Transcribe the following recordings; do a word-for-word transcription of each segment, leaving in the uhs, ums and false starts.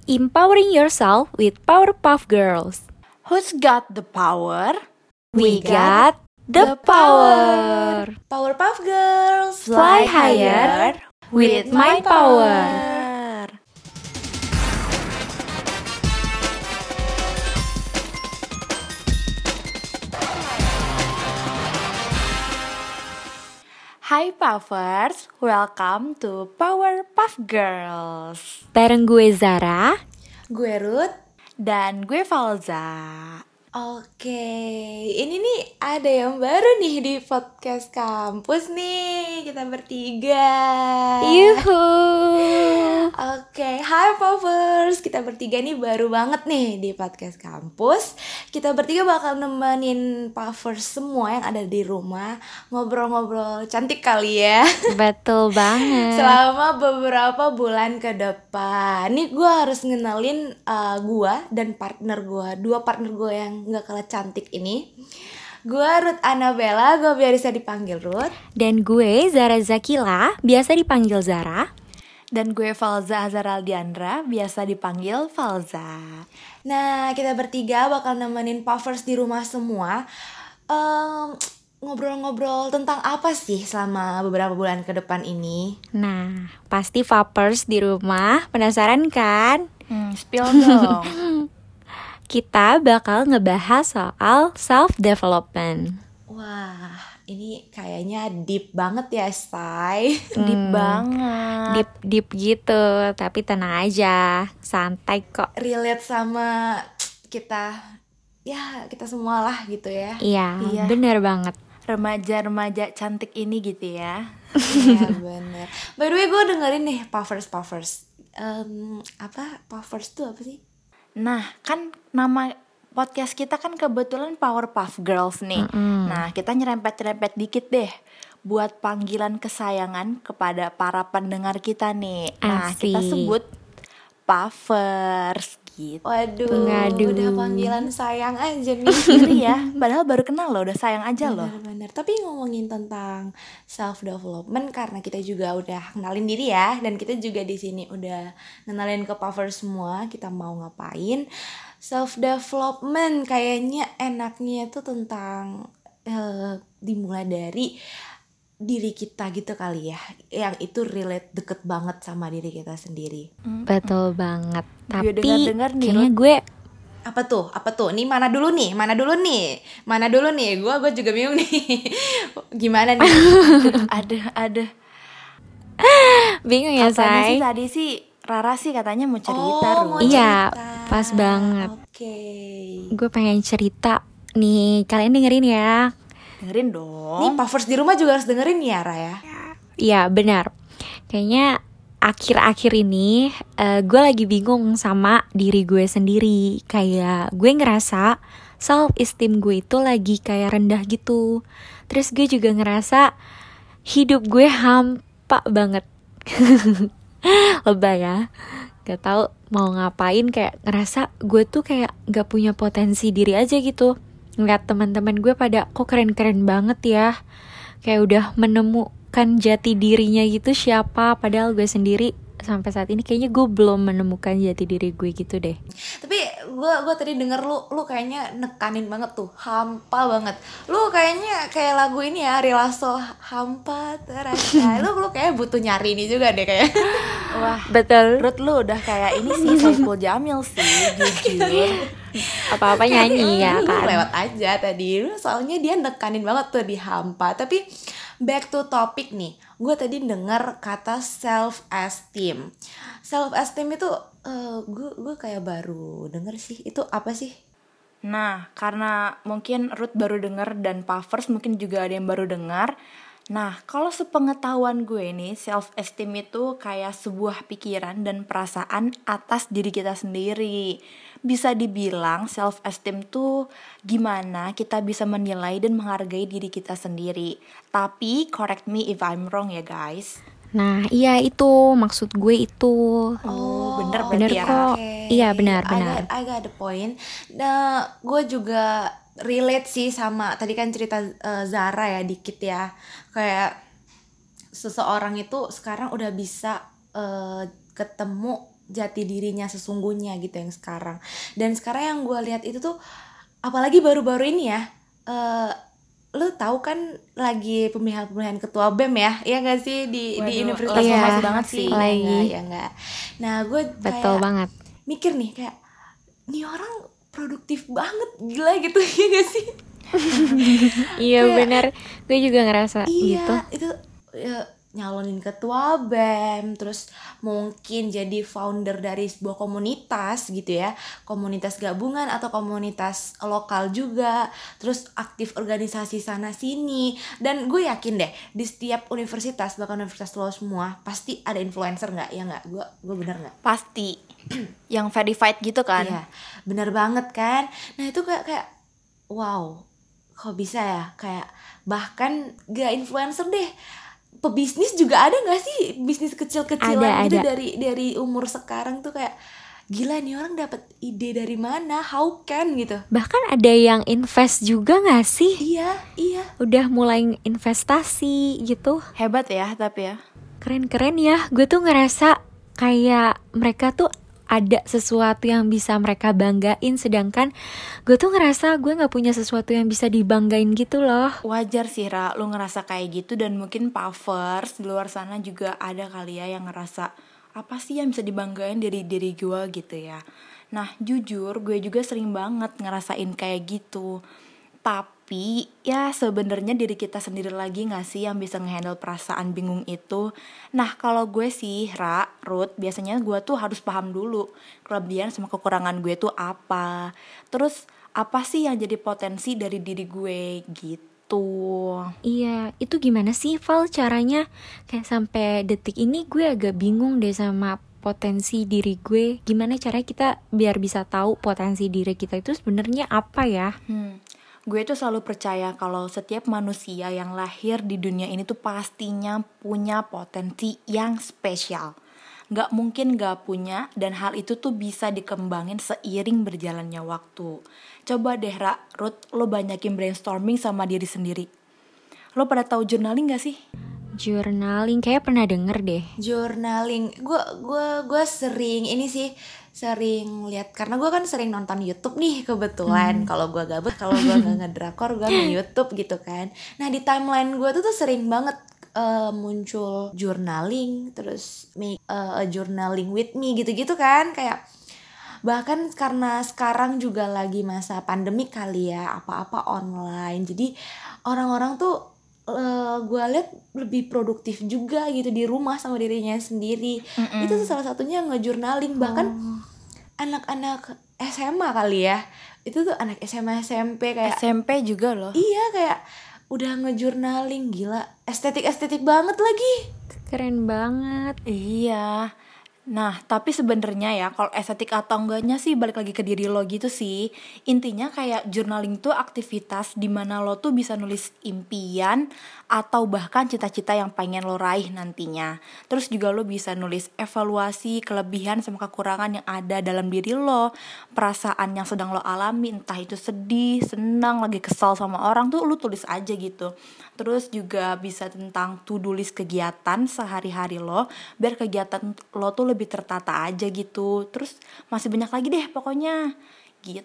Empowering yourself with Powerpuff Girls. Who's got the power? We got the power. Powerpuff Girls, Fly higher with my power. Hai Puffers, welcome to Powerpuff Girls. Bareng gue Zara. Gue Ruth. Dan gue Falza. Oke, ini nih ada yang baru nih di podcast kampus nih, kita bertiga. Yuhu. Oke, hai Puffers, kita bertiga nih baru banget nih di podcast kampus. Kita bertiga bakal nemenin Puffers semua yang ada di rumah ngobrol-ngobrol cantik kali ya. Betul banget. Selama beberapa bulan ke depan. Nih gue harus ngenalin uh, gue dan partner gue, dua partner gue yang gak kalah cantik ini. Gue Ruth Annabella, gue biasa dipanggil Ruth. Dan gue Zara Zakila, biasa dipanggil Zara. Dan gue Falza Azaraldiandra, biasa dipanggil Falza. Nah, kita bertiga bakal nemenin Puffers di rumah semua um, ngobrol-ngobrol tentang apa sih selama beberapa bulan ke depan ini. Nah, pasti Puffers di rumah penasaran kan? Hmm, spill dong. Kita bakal ngebahas soal self-development. Wah, ini kayaknya deep banget ya, Say. Deep banget. Deep-deep gitu, tapi tenang aja, santai kok. Relate sama kita, ya kita semua lah gitu ya. Iya, Iya. bener banget. Remaja-remaja cantik ini gitu ya. Iya bener. By the way, gue dengerin nih Puffers Puffers. Um, apa Puffers tuh apa sih? Nah, kan nama podcast kita kan kebetulan Powerpuff Girls nih. Mm-mm. Nah, kita nyerempet-nyerempet dikit deh buat panggilan kesayangan kepada para pendengar kita nih. Nah, kita Asik. sebut Puffers gitu. Waduh, Waduh. udah panggilan sayang aja nih. Ngeri ya, padahal baru kenal loh, udah sayang aja loh. Bener-bener. Tapi ngomongin tentang self development, karena kita juga udah kenalin diri ya, dan kita juga di sini udah kenalin ke Puffers semua kita mau ngapain. Self development kayaknya enaknya itu tentang eh, dimulai dari diri kita gitu kali ya, yang itu relate deket banget sama diri kita sendiri. Betul banget. Gue Tapi dengar-dengar nih, kayaknya Ruth. gue Apa tuh? Apa tuh? Nih mana dulu nih? Mana dulu nih? Mana dulu nih? Gue gue juga bingung nih. Gimana nih? Ada, ada. bingung ya, Katanya sih say. tadi sih Rara sih katanya mau cerita, Oh, mau Ruth. Iya, cerita. pas banget. Oke. Gue pengen cerita nih, kalian dengerin ya. Dengerin dong. Nih Puffers di rumah juga harus dengerin ya, Ra ya. Iya, benar. Kayaknya akhir-akhir ini eh, gue lagi bingung sama diri gue sendiri. Kayak gue ngerasa self esteem gue itu lagi kayak rendah gitu. Terus gue juga ngerasa hidup gue hampa banget. Lebay ya. Gak tahu mau ngapain, kayak ngerasa gue tuh kayak gak punya potensi diri aja gitu. Ngeliat teman-teman gue pada kok keren-keren banget ya. Kayak udah menemukan jati dirinya gitu siapa, padahal gue sendiri sampai saat ini kayaknya gue belum menemukan jati diri gue gitu deh. Tapi gue gue tadi denger lu lu kayaknya nekanin banget tuh, hampa banget. Lu kayaknya kayak lagu ini ya, Rilaso, hampa terasa. lu lu kayak butuh nyari ini juga deh kayak. Wah, Betul. Ruth lu udah kayak ini sih Saiful Jamil sih, jujur. Apa-apa nyanyi ya Lu kan. lewat aja tadi. Lu soalnya dia nekanin banget tuh di hampa. Tapi back to topic nih. Gue tadi denger kata self esteem. Self esteem itu uh, gue gue kayak baru denger sih. Itu apa sih? Nah, karena mungkin Ruth baru denger dan Puffers mungkin juga ada yang baru dengar. Nah, kalau sepengetahuan gue nih, self esteem itu kayak sebuah pikiran dan perasaan atas diri kita sendiri. Bisa dibilang self esteem tuh gimana kita bisa menilai dan menghargai diri kita sendiri. Tapi correct me if I'm wrong ya guys. Nah iya itu maksud gue itu. Oh, bener bener berarti ya. kok. Oke. Iya, benar, I benar. got- I got the point. Nah, gue juga relate sih sama tadi kan cerita uh, Zara ya dikit ya. Kayak seseorang itu sekarang udah bisa uh, ketemu jati dirinya sesungguhnya gitu yang sekarang. Dan sekarang yang gue lihat itu tuh apalagi baru-baru ini ya, uh, lu tahu kan lagi pemilihan-pemilihan ketua B E M ya, iya gak sih di Waduh, di universitas iya, masing-masing banget sih. ya lagi. enggak, ya enggak. Nah gue Betul kayak banget. mikir nih kayak nih orang produktif banget gila gitu ya gak sih? Iya Kayak- benar, gue juga ngerasa Iya gitu. itu ya, nyalonin ketua B E M, terus mungkin jadi founder dari sebuah komunitas gitu ya, komunitas gabungan atau komunitas lokal juga, terus aktif organisasi sana sini. Dan gue yakin deh di setiap universitas, bahkan universitas lo semua pasti ada influencer nggak, ya nggak? Gue gue bener nggak? Pasti yang verified gitu kan. Iya, bener banget kan. Nah itu kayak kayak wow, kok bisa ya? Kayak bahkan gak influencer deh, pebisnis juga ada nggak sih bisnis kecil-kecilan Ada, gitu ada. dari dari umur sekarang tuh kayak gila nih orang dapat ide dari mana? How can gitu? Bahkan ada yang invest juga gak sih? Iya, iya. Udah mulai investasi gitu. Hebat ya tapi ya. Keren-keren ya. Gue tuh ngerasa kayak mereka tuh ada sesuatu yang bisa mereka banggain, sedangkan gue tuh ngerasa gue gak punya sesuatu yang bisa dibanggain gitu loh. Wajar sih Ra, lu ngerasa kayak gitu. Dan mungkin Puffers di luar sana juga ada kali ya yang ngerasa apa sih yang bisa dibanggain dari diri gue gitu ya. Nah jujur gue juga sering banget ngerasain kayak gitu. Tapi ya sebenarnya diri kita sendiri lagi gak sih yang bisa ngehandle perasaan bingung itu. Nah kalau gue sih Ra, Ruth, biasanya gue tuh harus paham dulu kelebihan sama kekurangan gue tuh apa. Terus apa sih yang jadi potensi dari diri gue gitu. Iya, itu gimana sih Val caranya? Kayak sampai detik ini gue agak bingung deh sama potensi diri gue. Gimana caranya kita biar bisa tahu potensi diri kita itu sebenarnya apa ya? Hmm, gue tuh selalu percaya kalau setiap manusia yang lahir di dunia ini tuh pastinya punya potensi yang spesial. Gak mungkin gak punya, dan hal itu tuh bisa dikembangin seiring berjalannya waktu. Coba deh Ra, Ruth, lo banyakin brainstorming sama diri sendiri. Lo pada tahu journaling gak sih? Journaling kayak pernah denger deh. Journaling, gue gue gue sering ini sih sering lihat karena gue kan sering nonton YouTube nih kebetulan. Kalau gue gabut, kalau gue nggak ngedrakor, gue main YouTube gitu kan. Nah di timeline gue tuh tuh sering banget uh, muncul journaling, terus make uh, a journaling with me gitu-gitu kan, kayak bahkan karena sekarang juga lagi masa pandemi kali ya, apa-apa online, jadi orang-orang tuh Uh, gue lihat lebih produktif juga gitu di rumah sama dirinya sendiri. Mm-mm. Itu tuh salah satunya nge-journaling. Bahkan oh. anak-anak S M A kali ya, itu tuh anak S M A S M P kayak S M P juga loh. Iya kayak udah nge-journaling, gila estetik-estetik banget lagi. Keren banget. Iya. Nah, tapi sebenarnya ya kalau estetik atau enggaknya sih balik lagi ke diri lo gitu sih. Intinya kayak journaling tuh aktivitas dimana lo tuh bisa nulis impian atau bahkan cita-cita yang pengen lo raih nantinya. Terus juga lo bisa nulis evaluasi kelebihan sama kekurangan yang ada dalam diri lo, perasaan yang sedang lo alami, entah itu sedih, senang, lagi kesal sama orang tuh lo tulis aja gitu. Terus juga bisa tentang to-do list kegiatan sehari-hari lo, biar kegiatan lo tuh lebih tertata aja gitu. Terus masih banyak lagi deh pokoknya gitu.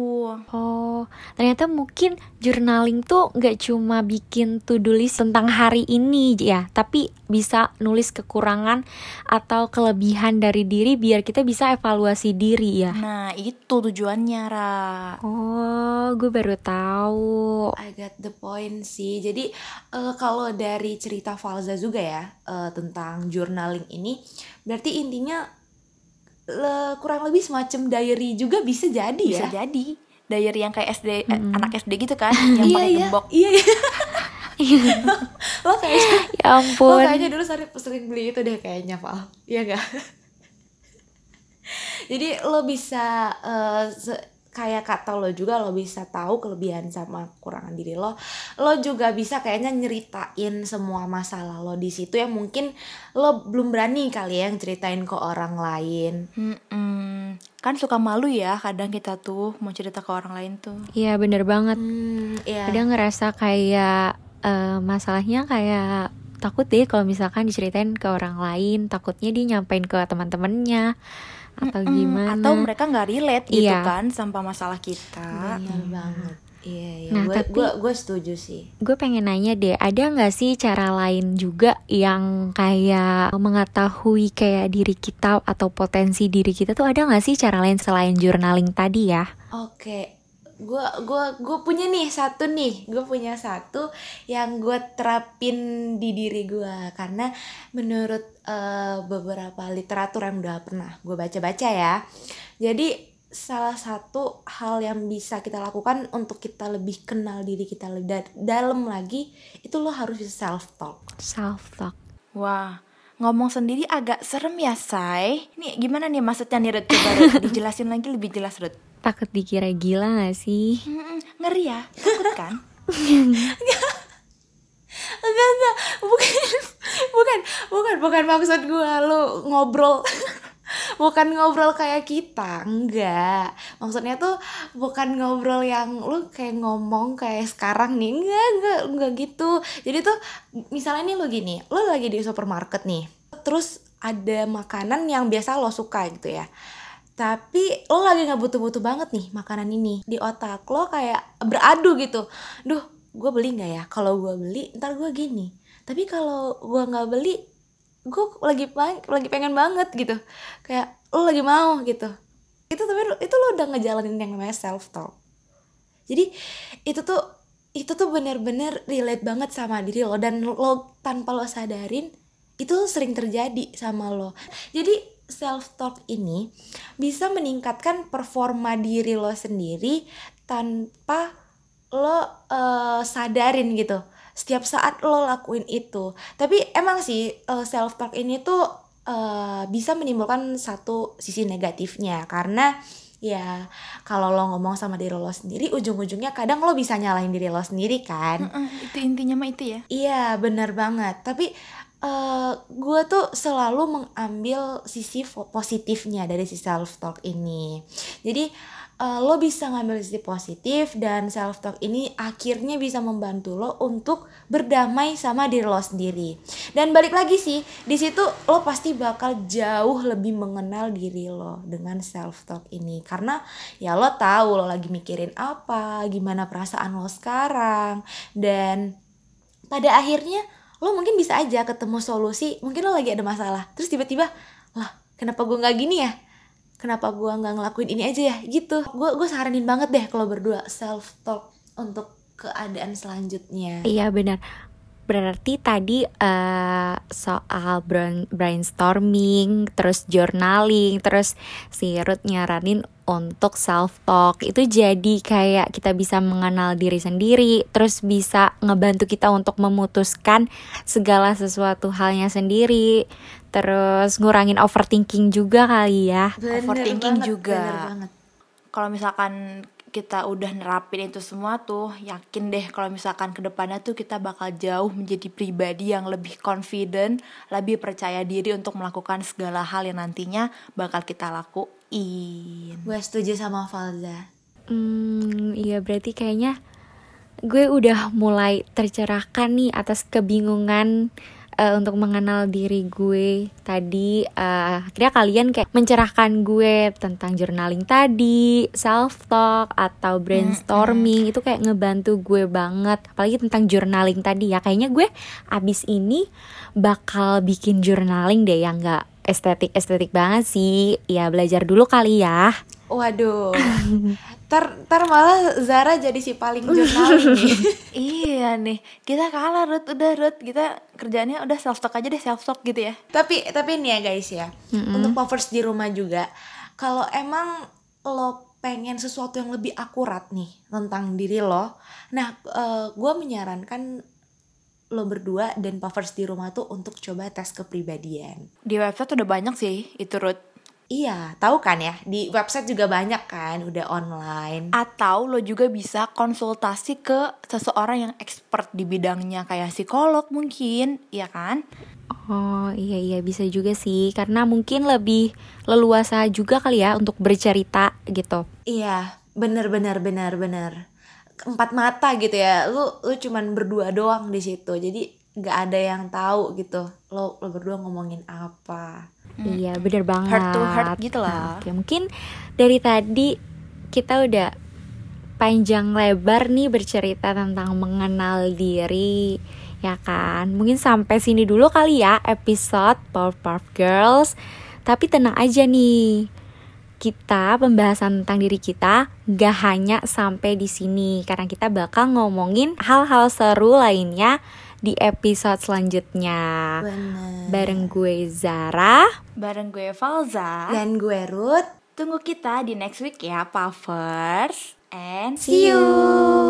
Oh, ternyata mungkin journaling tuh gak cuma bikin to-do list tentang hari ini ya, tapi bisa nulis kekurangan atau kelebihan dari diri biar kita bisa evaluasi diri ya. Nah itu tujuannya Ra. Oh, gue baru tahu. I got the point sih. Jadi uh, kalau dari cerita Falza juga ya uh, tentang journaling ini, berarti intinya Le, kurang lebih semacam diary juga bisa jadi bisa ya. Bisa jadi diary yang kayak S D hmm. eh, anak S D gitu kan, yang iya, pakai iya. gembok. Iya iya. Lo kayaknya ya ampun. Lo kayaknya dulu sering sering beli itu deh kayaknya, Val. Iya enggak? Jadi lo bisa uh, se- kayak kata lo juga, lo bisa tahu kelebihan sama kekurangan diri lo. Lo juga bisa kayaknya nyeritain semua masalah lo di situ yang mungkin lo belum berani kali ya ceritain ke orang lain. Hmm, kan suka malu ya kadang kita tuh mau cerita ke orang lain tuh. Iya bener banget. Hmm, yeah. Kadang ngerasa kayak uh, masalahnya kayak takut deh kalau misalkan diceritain ke orang lain, takutnya dia nyampein ke teman-temannya atau Mm-mm, gimana. atau mereka nggak relate gitu Iya. kan sama masalah kita. Benar banget. Iya, iya. Nah, gue tapi- gue gue setuju sih. Gue pengen nanya deh, ada nggak sih cara lain juga yang kayak mengetahui kayak diri kita atau potensi diri kita tuh, ada nggak sih cara lain selain journaling tadi ya? Oke, gue gua gue punya nih satu nih, gue punya satu yang gue terapin di diri gue karena menurut eh, beberapa literatur yang udah pernah gue baca-baca ya. Jadi salah satu hal yang bisa kita lakukan untuk kita lebih kenal diri kita lebih da- dalam lagi itu lo harus bisa self talk. Self talk. Wah, ngomong sendiri agak serem ya, Say. Nih gimana nih maksudnya nih, Ruth? Coba Ruth, dijelasin lagi lebih jelas, Ruth. Takut dikira gila gak sih? Mm-mm, ngeri ya, takut kan? Enggak enggak, bukan bukan bukan bukan maksud gue lo ngobrol. Bukan ngobrol kayak kita, enggak. Maksudnya tuh bukan ngobrol yang lu kayak ngomong kayak sekarang nih, enggak, enggak, enggak gitu. Jadi tuh misalnya nih lu gini, lu lagi di supermarket nih, terus ada makanan yang biasa lo suka gitu ya. Tapi lo lagi gak butuh-butuh banget nih makanan ini. Di otak lo kayak beradu gitu. Duh, gue beli gak ya? Kalau gue beli, ntar gue gini. Tapi kalau gue gak beli, gue lagi lagi pengen banget gitu, kayak lo lagi mau gitu. Itu tapi itu lo udah ngejalanin yang namanya self talk. Jadi itu tuh itu tuh bener-bener relate banget sama diri lo, dan lo tanpa lo sadarin itu sering terjadi sama lo. Jadi self talk ini bisa meningkatkan performa diri lo sendiri tanpa lo uh, sadarin gitu. Setiap saat lo lakuin itu. Tapi emang sih uh, self talk ini tuh uh, bisa menimbulkan satu sisi negatifnya, karena ya kalau lo ngomong sama diri lo sendiri, ujung-ujungnya kadang lo bisa nyalahin diri lo sendiri kan. Mm-mm, itu intinya mah itu ya. Iya, benar banget. Tapi uh, gue tuh selalu mengambil sisi positifnya dari si self talk ini. Jadi Uh, lo bisa ngambil sisi positif, dan self talk ini akhirnya bisa membantu lo untuk berdamai sama diri lo sendiri. Dan balik lagi sih, di situ lo pasti bakal jauh lebih mengenal diri lo dengan self talk ini, karena ya lo tahu lo lagi mikirin apa, gimana perasaan lo sekarang, dan pada akhirnya lo mungkin bisa aja ketemu solusi. Mungkin lo lagi ada masalah, terus tiba-tiba, lah kenapa gue nggak gini ya? Kenapa gue nggak ngelakuin ini aja ya gitu. Gue gue saranin banget deh kalau berdua self talk untuk keadaan selanjutnya. Iya benar. Berarti tadi uh, soal brainstorming, terus journaling, terus si Ruth nyaranin untuk self talk. Itu jadi kayak kita bisa mengenal diri sendiri, terus bisa ngebantu kita untuk memutuskan segala sesuatu halnya sendiri. Terus ngurangin overthinking juga kali ya. Bener Overthinking banget, juga. bener banget. Kalau misalkan kita udah nerapin itu semua tuh, yakin deh kalau misalkan kedepannya tuh kita bakal jauh menjadi pribadi yang lebih confident, lebih percaya diri untuk melakukan segala hal yang nantinya bakal kita lakuin. Gue setuju sama Falza. Hmm, iya berarti kayaknya gue udah mulai tercerahkan nih atas kebingungan uh, untuk mengenal diri gue tadi. Uh, akhirnya kalian kayak mencerahkan gue tentang journaling tadi, self talk atau brainstorming. Mm-hmm. Itu kayak ngebantu gue banget, apalagi tentang journaling tadi ya. Kayaknya gue abis ini bakal bikin journaling deh yang gak estetik-estetik banget sih. Ya belajar dulu kali ya. Waduh, tar, tar malah Zara jadi si paling journaling nih. Iya nih, kita kalah Ruth, udah Ruth, kita kerjaannya udah self talk aja deh, self talk gitu ya. Tapi tapi nih ya guys ya, mm-hmm. untuk lovers di rumah juga, kalau emang lo pengen sesuatu yang lebih akurat nih tentang diri lo, nah uh, gue menyarankan lo berdua dan lovers di rumah tuh untuk coba tes kepribadian. Di website udah banyak sih itu Ruth. Iya, tahu kan ya, di website juga banyak kan, udah online. Atau lo juga bisa konsultasi ke seseorang yang expert di bidangnya, kayak psikolog mungkin, iya kan? Oh iya iya bisa juga sih, karena mungkin lebih leluasa juga kali ya untuk bercerita gitu. Iya, bener bener bener bener. Empat mata gitu ya, lu lu cuman berdua doang di situ, jadi nggak ada yang tahu gitu lo lo berdua ngomongin apa. Iya bener banget. Heart to heart gitu Nah, lah. oke, mungkin dari tadi kita udah panjang lebar nih bercerita tentang mengenal diri, ya kan? Mungkin sampai sini dulu kali ya episode Powerpuff Girls. Tapi tenang aja nih, kita pembahasan tentang diri kita gak hanya sampai di sini, karena kita bakal ngomongin hal-hal seru lainnya di episode selanjutnya. Bener. Bareng gue Zara, Bareng gue Falza. Dan gue Ruth. Tunggu kita di next week ya, Puffers. And See you.